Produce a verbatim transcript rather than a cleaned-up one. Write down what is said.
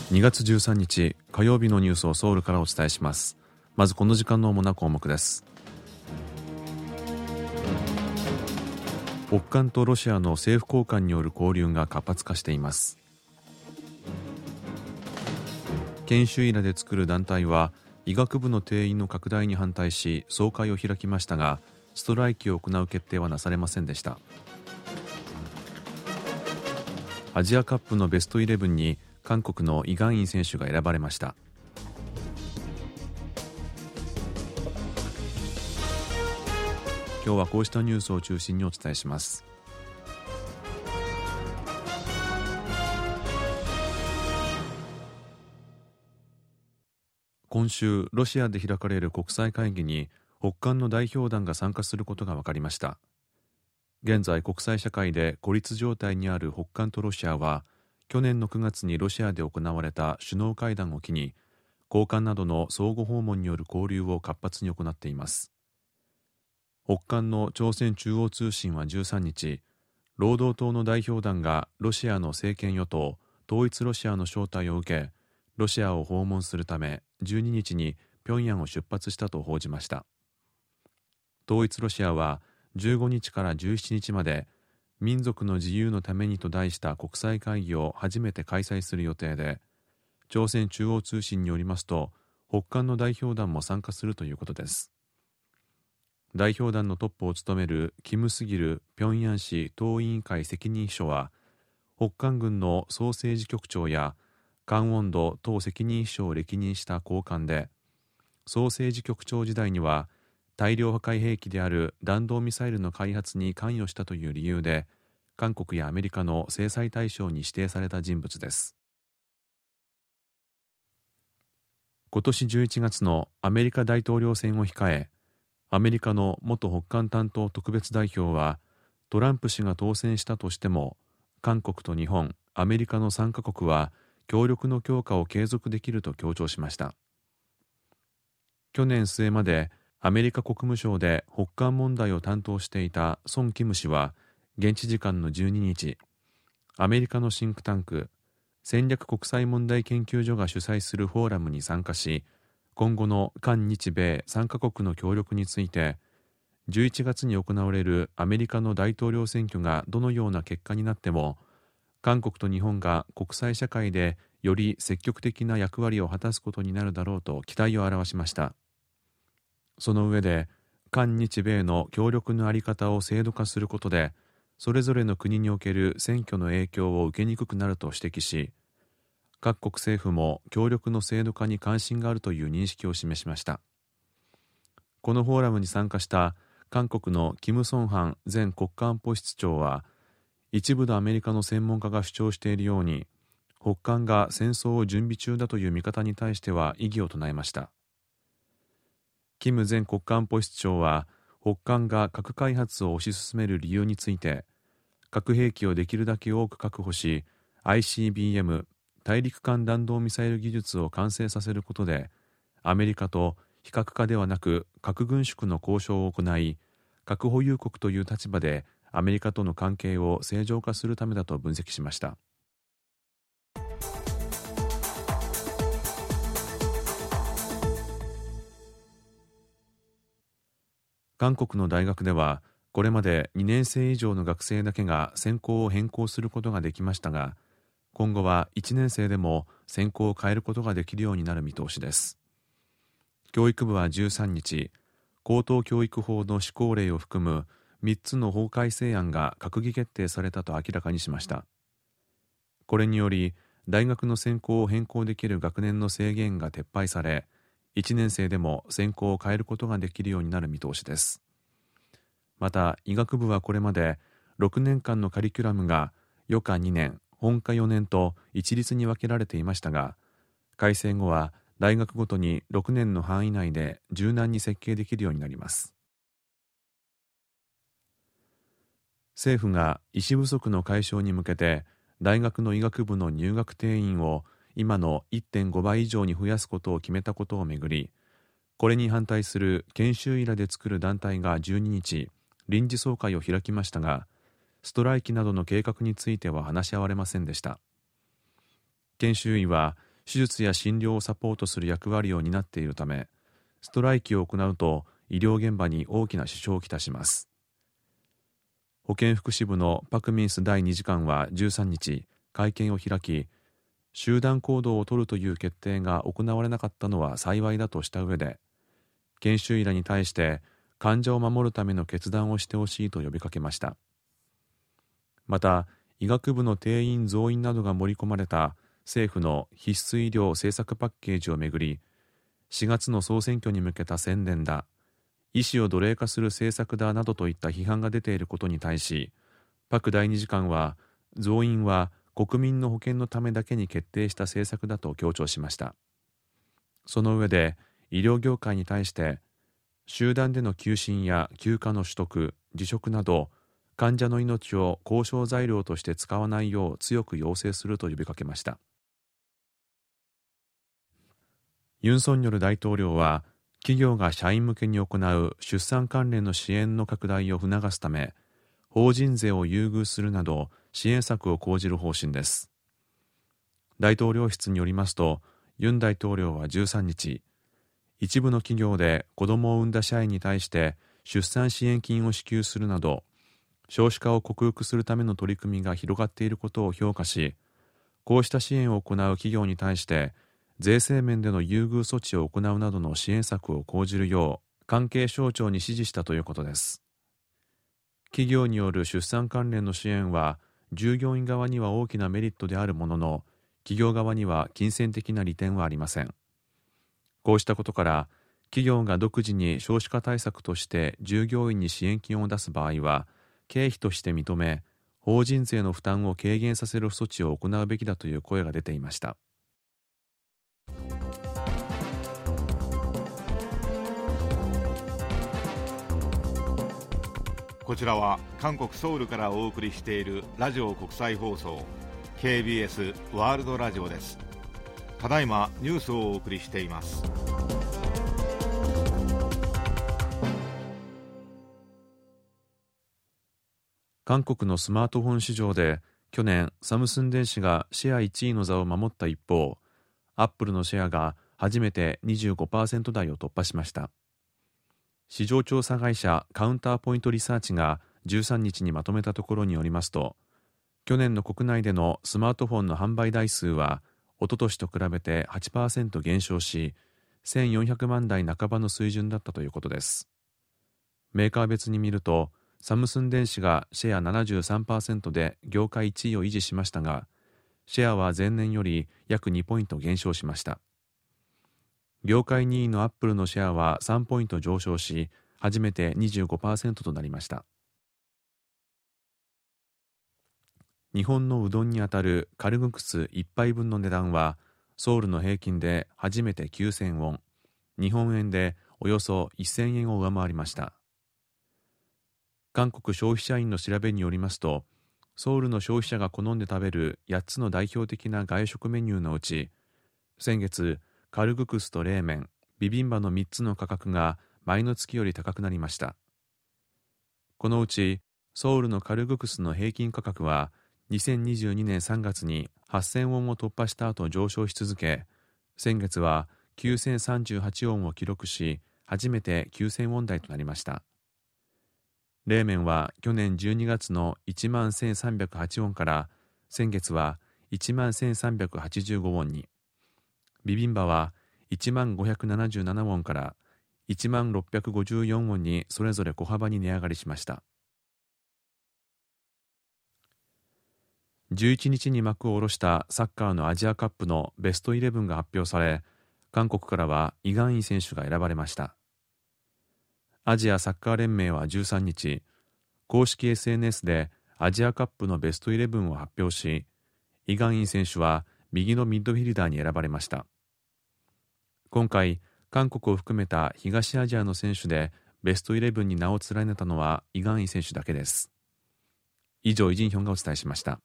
にがつじゅうさんにち火曜日のニュースをソウルからお伝えします。まずこの時間の主な項目です。北韓とロシアの政府高官による交流が活発化しています。研修医らで作る団体は医学部の定員の拡大に反対し総会を開きましたが、ストライキを行う決定はなされませんでした。アジアカップのベストイレブンに韓国のイ・ガンイン選手が選ばれました。今日はこうしたニュースを中心にお伝えします。今週ロシアで開かれる国際会議に北韓の代表団が参加することが分かりました。現在国際社会で孤立状態にある北韓とロシアは、去年のくがつにロシアで行われた首脳会談を機に高官などの相互訪問による交流を活発に行っています。北韓の朝鮮中央通信はじゅうさんにち、労働党の代表団がロシアの政権与党統一ロシアの招待を受け、ロシアを訪問するためじゅうににちに平壌を出発したと報じました。統一ロシアはじゅうごにちからじゅうしちにちまで民族の自由のためにと題した国際会議を初めて開催する予定で、朝鮮中央通信によりますと北韓の代表団も参加するということです。代表団のトップを務めるキム・スギル平壌市党委員会責任秘書は、北韓軍の総政治局長やカンウォンド党責任秘書を歴任した高官で、総政治局長時代には大量破壊兵器である弾道ミサイルの開発に関与したという理由で韓国やアメリカの制裁対象に指定された人物です。今年じゅういちがつのアメリカ大統領選を控え、アメリカの元北韓担当特別代表は、トランプ氏が当選したとしても韓国と日本、アメリカのさんかこくは協力の強化を継続できると強調しました。去年末までアメリカ国務省で北韓問題を担当していたソン・キム氏は現地時間のじゅうににち、アメリカのシンクタンク戦略国際問題研究所が主催するフォーラムに参加し、今後の韓日米さんかこくの協力について、じゅういちがつに行われるアメリカの大統領選挙がどのような結果になっても、韓国と日本が国際社会でより積極的な役割を果たすことになるだろうと期待を表しました。その上で、韓日米の協力の在り方を制度化することで、それぞれの国における選挙の影響を受けにくくなると指摘し、各国政府も協力の制度化に関心があるという認識を示しました。このフォーラムに参加した韓国のキム・ソンハン前国家安保室長は、一部のアメリカの専門家が主張しているように、北韓が戦争を準備中だという見方に対しては異議を唱えました。キム前国家安保室長は、北韓が核開発を推し進める理由について、核兵器をできるだけ多く確保し、アイシービーエム 大陸間弾道ミサイル技術を完成させることで、アメリカと非核化ではなく核軍縮の交渉を行い、核保有国という立場でアメリカとの関係を正常化するためだと分析しました。韓国の大学では、これまでにねんせい以上の学生だけが専攻を変更することができましたが、今後はいちねんせいでも専攻を変えることができるようになる見通しです。教育部はじゅうさんにち、高等教育法の施行令を含むみっつの法改正案が閣議決定されたと明らかにしました。これにより、大学の専攻を変更できる学年の制限が撤廃され、いちねんせいでも専攻を変えることができるようになる見通しです。また、医学部はこれまでろくねんかんのカリキュラムが余科にねん、本科よねんと一律に分けられていましたが、改正後は大学ごとにろくねんの範囲内で柔軟に設計できるようになります。政府が医師不足の解消に向けて、大学の医学部の入学定員を今の いってんごばい以上に増やすことを決めたことをめぐり、これに反対する研修医らで作る団体がじゅうににち、臨時総会を開きましたが、ストライキなどの計画については話し合われませんでした。研修医は手術や診療をサポートする役割を担っているため、ストライキを行うと医療現場に大きな支障をきたします。保健福祉部のパク・ミンス第二次官はじゅうさんにち会見を開き、集団行動を取るという決定が行われなかったのは幸いだとした上で、研修医らに対して患者を守るための決断をしてほしいと呼びかけました。また、医学部の定員増員などが盛り込まれた政府の必須医療政策パッケージをめぐり、しがつの総選挙に向けた宣伝だ、医師を奴隷化する政策だなどといった批判が出ていることに対し、パク第二次官は、増員は国民の保険のためだけに決定した政策だと強調しました。その上で、医療業界に対して、集団での休診や休暇の取得、辞職など、患者の命を交渉材料として使わないよう強く要請すると呼びかけました。ユン・ソンニョル大統領は、企業が社員向けに行う出産関連の支援の拡大を促すため、法人税を優遇するなど支援策を講じる方針です。大統領室によりますと、ユン大統領はじゅうさんにち、一部の企業で子供を産んだ社員に対して出産支援金を支給するなど、少子化を克服するための取り組みが広がっていることを評価し、こうした支援を行う企業に対して税制面での優遇措置を行うなどの支援策を講じるよう関係省庁に指示したということです。企業による出産関連の支援は従業員側には大きなメリットであるものの、企業側には金銭的な利点はありません。こうしたことから企業が独自に少子化対策として従業員に支援金を出す場合は経費として認め、法人税の負担を軽減させる措置を行うべきだという声が出ていました。 こちらは韓国ソウルからお送りしているラジオ国際放送 ケービーエス ワールドラジオです。ただいまニュースをお送りしています。 韓国のスマートフォン市場で去年サムスン電子がシェアいちいの座を守った一方、アップルのシェアが初めて にじゅうごパーセント 台を突破しました。市場調査会社カウンターポイントリサーチがじゅうさんにちにまとめたところによりますと、去年の国内でのスマートフォンの販売台数は一昨年と比べて はちパーセント 減少し、せんよんひゃくまんだいなかばの水準だったということです。メーカー別に見ると、サムスン電子がシェア ななじゅうさんパーセント で業界いちいを維持しましたが、シェアは前年より約にポイント減少しました。業界にいのアップルのシェアはさんポイント上昇し、初めて にじゅうごパーセント となりました。日本のうどんにあたるカルグクスいっぱいぶんの値段は、ソウルの平均で初めてきゅうせんウォン、日本円でおよそせんえんを上回りました。韓国消費者院の調べによりますと、ソウルの消費者が好んで食べるやっつの代表的な外食メニューのうち、先月、カルグクスと冷麺、ビビンバのみっつの価格が前の月より高くなりました。このうち、ソウルのカルグクスの平均価格は、にせんにじゅうにねんさんがつにはっせんウォンを突破した後上昇し続け、先月はきゅうせんさんじゅうはちウォンを記録し、初めてきゅうせんウォン台となりました。冷麺は去年じゅうにがつのいちまんせんさんびゃくはちウォンから先月はいちまんせんさんびゃくはちじゅうごウォンに、ビビンバはいちまんごひゃくななじゅうななウォンからいちまんろっぴゃくごじゅうよんウォンにそれぞれ小幅に値上がりしました。じゅういちにちに幕を下ろしたサッカーのアジアカップのベストイレブンが発表され、韓国からはイ・ガンイ選手が選ばれました。アジアサッカー連盟はじゅうさんにち、公式 エスエヌエス でアジアカップのベストイレブンを発表し、イ・ガンイン選手は右のミッドフィルダーに選ばれました。今回、韓国を含めた東アジアの選手でベストイレブンに名を連ねたのはイ・ガンイン選手だけです。以上、イ・ジンヒョンがお伝えしました。